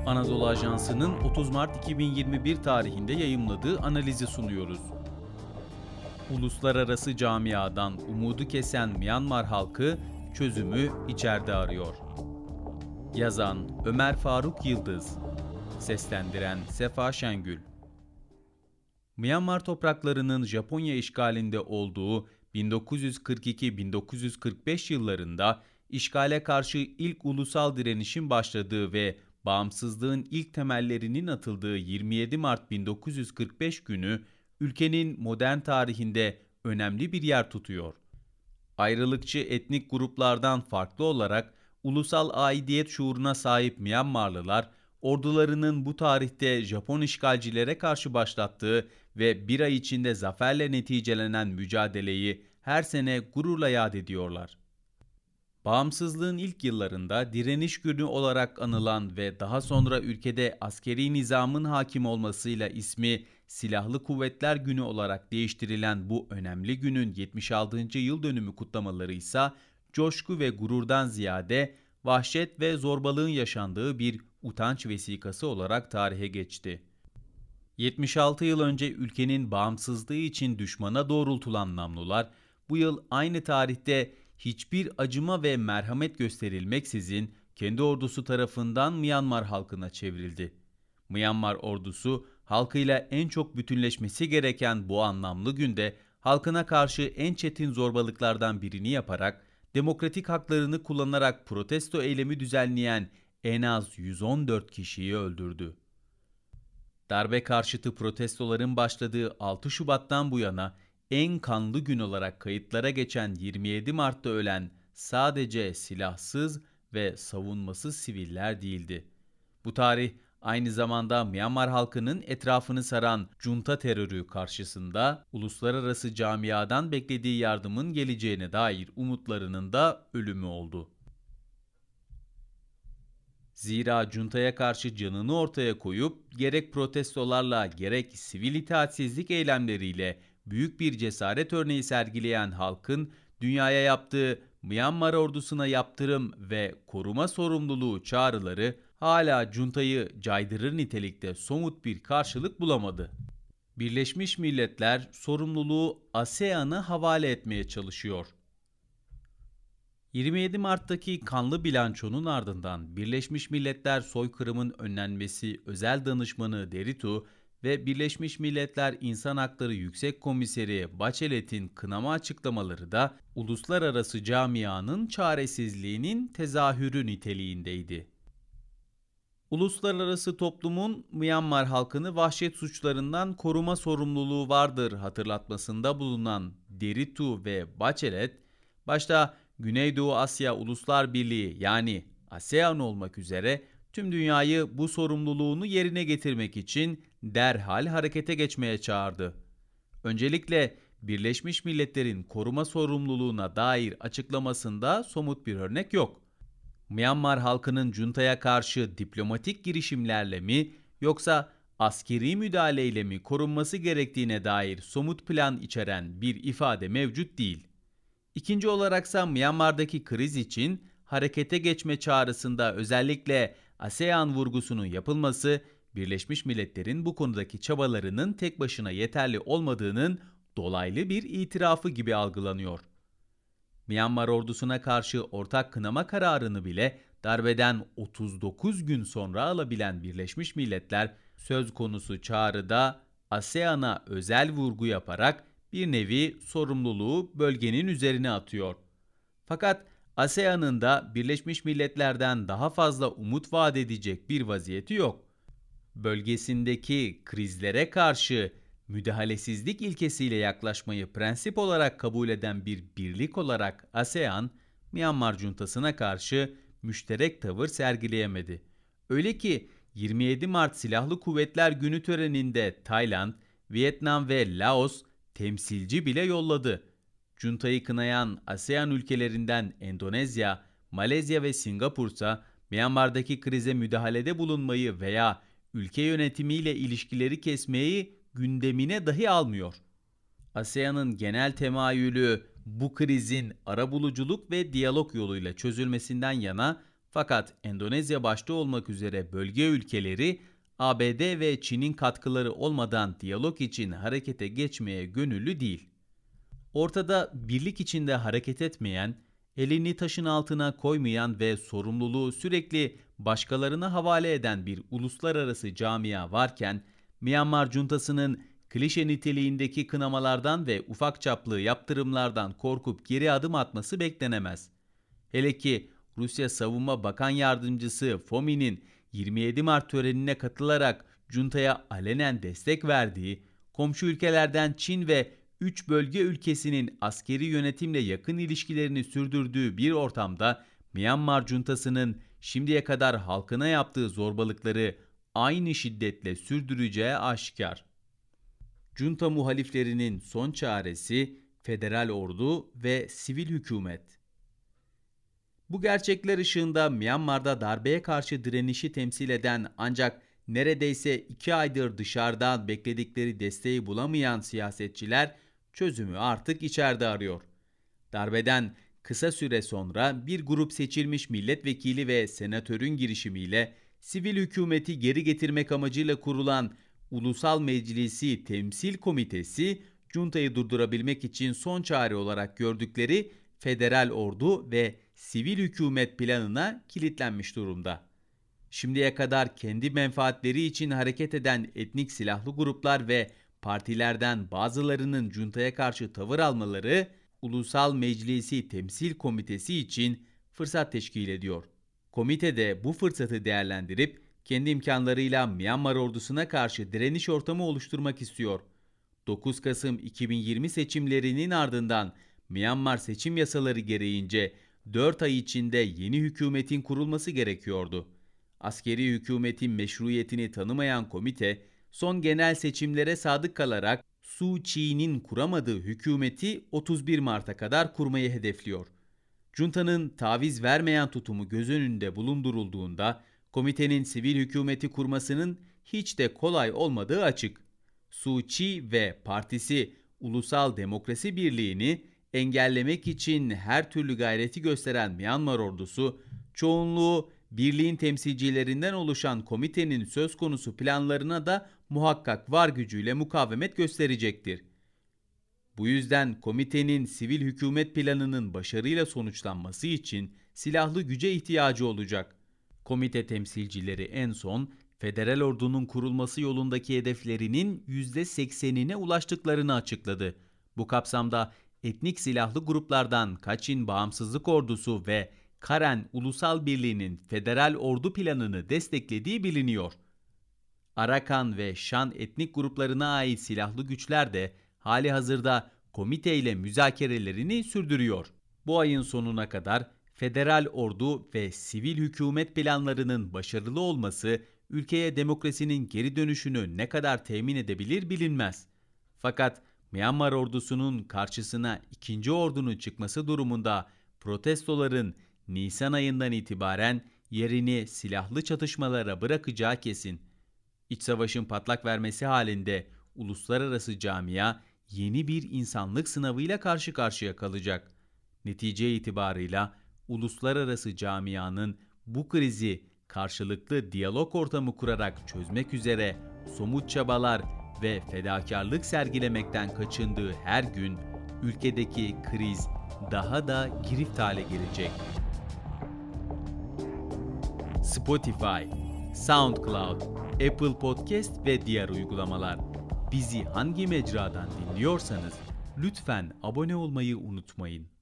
Anadolu Ajansı'nın 30 Mart 2021 tarihinde yayımladığı analizi sunuyoruz. Uluslararası camiadan umudu kesen Myanmar halkı çözümü içeride arıyor. Yazan Ömer Faruk Yıldız, seslendiren Sefa Şengül. Myanmar topraklarının Japonya işgalinde olduğu 1942-1945 yıllarında işgale karşı ilk ulusal direnişin başladığı ve bağımsızlığın ilk temellerinin atıldığı 27 Mart 1945 günü ülkenin modern tarihinde önemli bir yer tutuyor. Ayrılıkçı etnik gruplardan farklı olarak ulusal aidiyet şuuruna sahip Myanmarlılar, ordularının bu tarihte Japon işgalcilere karşı başlattığı ve bir ay içinde zaferle neticelenen mücadeleyi her sene gururla yad ediyorlar. Bağımsızlığın ilk yıllarında direniş günü olarak anılan ve daha sonra ülkede askeri nizamın hakim olmasıyla ismi Silahlı Kuvvetler Günü olarak değiştirilen bu önemli günün 76. yıl dönümü kutlamaları ise coşku ve gururdan ziyade vahşet ve zorbalığın yaşandığı bir utanç vesikası olarak tarihe geçti. 76 yıl önce ülkenin bağımsızlığı için düşmana doğrultulan namlular, bu yıl aynı tarihte hiçbir acıma ve merhamet gösterilmeksizin kendi ordusu tarafından Myanmar halkına çevrildi. Myanmar ordusu halkıyla en çok bütünleşmesi gereken bu anlamlı günde halkına karşı en çetin zorbalıklardan birini yaparak demokratik haklarını kullanarak protesto eylemi düzenleyen en az 114 kişiyi öldürdü. Darbe karşıtı protestoların başladığı 6 Şubat'tan bu yana en kanlı gün olarak kayıtlara geçen 27 Mart'ta ölen sadece silahsız ve savunmasız siviller değildi. Bu tarih aynı zamanda Myanmar halkının etrafını saran junta terörü karşısında uluslararası camiadan beklediği yardımın geleceğine dair umutlarının da ölümü oldu. Zira cuntaya karşı canını ortaya koyup gerek protestolarla gerek sivil itaatsizlik eylemleriyle büyük bir cesaret örneği sergileyen halkın dünyaya yaptığı Myanmar ordusuna yaptırım ve koruma sorumluluğu çağrıları hala cuntayı caydırır nitelikte somut bir karşılık bulamadı. Birleşmiş Milletler sorumluluğu ASEAN'a havale etmeye çalışıyor. 27 Mart'taki kanlı bilançonun ardından Birleşmiş Milletler Soykırımın Önlenmesi Özel Danışmanı Deritu ve Birleşmiş Milletler İnsan Hakları Yüksek Komiseri Bachelet'in kınama açıklamaları da uluslararası camianın çaresizliğinin tezahürü niteliğindeydi. Uluslararası toplumun Myanmar halkını vahşet suçlarından koruma sorumluluğu vardır hatırlatmasında bulunan Deritu ve Bachelet, başta Güneydoğu Asya Uluslar Birliği yani ASEAN olmak üzere tüm dünyayı bu sorumluluğunu yerine getirmek için derhal harekete geçmeye çağırdı. Öncelikle Birleşmiş Milletler'in koruma sorumluluğuna dair açıklamasında somut bir örnek yok. Myanmar halkının cuntaya karşı diplomatik girişimlerle mi yoksa askeri müdahaleyle mi korunması gerektiğine dair somut plan içeren bir ifade mevcut değil. İkinci olaraksa Myanmar'daki kriz için harekete geçme çağrısında özellikle ASEAN vurgusunun yapılması, Birleşmiş Milletler'in bu konudaki çabalarının tek başına yeterli olmadığının dolaylı bir itirafı gibi algılanıyor. Myanmar ordusuna karşı ortak kınama kararını bile darbeden 39 gün sonra alabilen Birleşmiş Milletler, söz konusu çağrıda ASEAN'a özel vurgu yaparak bir nevi sorumluluğu bölgenin üzerine atıyor. Fakat ASEAN'ın da Birleşmiş Milletler'den daha fazla umut vaat edecek bir vaziyeti yok. Bölgesindeki krizlere karşı müdahalesizlik ilkesiyle yaklaşmayı prensip olarak kabul eden bir birlik olarak ASEAN, Myanmar cuntasına karşı müşterek tavır sergileyemedi. Öyle ki 27 Mart Silahlı Kuvvetler Günü töreninde Tayland, Vietnam ve Laos temsilci bile yolladı. Cuntayı kınayan ASEAN ülkelerinden Endonezya, Malezya ve Singapur ise Myanmar'daki krize müdahalede bulunmayı veya ülke yönetimiyle ilişkileri kesmeyi gündemine dahi almıyor. ASEAN'ın genel temayülü bu krizin arabuluculuk ve diyalog yoluyla çözülmesinden yana, Fakat Endonezya başta olmak üzere bölge ülkeleri ABD ve Çin'in katkıları olmadan diyalog için harekete geçmeye gönüllü değil. Ortada birlik içinde hareket etmeyen, elini taşın altına koymayan ve sorumluluğu sürekli başkalarına havale eden bir uluslararası camia varken, Myanmar juntasının klişe niteliğindeki kınamalardan ve ufak çaplı yaptırımlardan korkup geri adım atması beklenemez. Hele ki Rusya Savunma Bakan Yardımcısı Fomin'in 27 Mart törenine katılarak juntaya alenen destek verdiği, komşu ülkelerden Çin ve 3 bölge ülkesinin askeri yönetimle yakın ilişkilerini sürdürdüğü bir ortamda Myanmar juntasının şimdiye kadar halkına yaptığı zorbalıkları aynı şiddetle sürdüreceği aşikar. Junta muhaliflerinin son çaresi federal ordu ve sivil hükümet. Bu gerçekler ışığında Myanmar'da darbeye karşı direnişi temsil eden ancak neredeyse 2 aydır dışarıdan bekledikleri desteği bulamayan siyasetçiler çözümü artık içeride arıyor. Darbeden kısa süre sonra bir grup seçilmiş milletvekili ve senatörün girişimiyle sivil hükümeti geri getirmek amacıyla kurulan Ulusal Meclisi Temsil Komitesi, juntayı durdurabilmek için son çare olarak gördükleri federal ordu ve sivil hükümet planına kilitlenmiş durumda. Şimdiye kadar kendi menfaatleri için hareket eden etnik silahlı gruplar ve partilerden bazılarının juntaya karşı tavır almaları, Ulusal Meclisi Temsil Komitesi için fırsat teşkil ediyor. Komite de bu fırsatı değerlendirip kendi imkanlarıyla Myanmar ordusuna karşı direniş ortamı oluşturmak istiyor. 9 Kasım 2020 seçimlerinin ardından Myanmar seçim yasaları gereğince 4 ay içinde yeni hükümetin kurulması gerekiyordu. Askeri hükümetin meşruiyetini tanımayan komite, son genel seçimlere sadık kalarak Suu Kyi'nin kuramadığı hükümeti 31 Mart'a kadar kurmayı hedefliyor. Junta'nın taviz vermeyen tutumu göz önünde bulundurulduğunda, komitenin sivil hükümeti kurmasının hiç de kolay olmadığı açık. Suu Kyi ve partisi Ulusal Demokrasi Birliği'ni engellemek için her türlü gayreti gösteren Myanmar ordusu, çoğunluğu birliğin temsilcilerinden oluşan komitenin söz konusu planlarına da muhakkak var gücüyle mukavemet gösterecektir. Bu yüzden komitenin sivil hükümet planının başarıyla sonuçlanması için silahlı güce ihtiyacı olacak. Komite temsilcileri en son federal ordunun kurulması yolundaki hedeflerinin %80'ine ulaştıklarını açıkladı. Bu kapsamda etnik silahlı gruplardan Kachin Bağımsızlık Ordusu ve Karen Ulusal Birliği'nin federal ordu planını desteklediği biliniyor. Arakan ve Şan etnik gruplarına ait silahlı güçler de hali hazırda komite ile müzakerelerini sürdürüyor. Bu ayın sonuna kadar federal ordu ve sivil hükümet planlarının başarılı olması ülkeye demokrasinin geri dönüşünü ne kadar temin edebilir bilinmez. Fakat Myanmar ordusunun karşısına ikinci ordunun çıkması durumunda protestoların Nisan ayından itibaren yerini silahlı çatışmalara bırakacağı kesin. İç savaşın patlak vermesi halinde uluslararası camia yeni bir insanlık sınavıyla karşı karşıya kalacak. Netice itibarıyla uluslararası camianın bu krizi karşılıklı diyalog ortamı kurarak çözmek üzere somut çabalar ve fedakarlık sergilemekten kaçındığı her gün ülkedeki kriz daha da girift hale gelecek. Spotify, SoundCloud, Apple Podcast ve diğer uygulamalar. Bizi hangi mecradan dinliyorsanız lütfen abone olmayı unutmayın.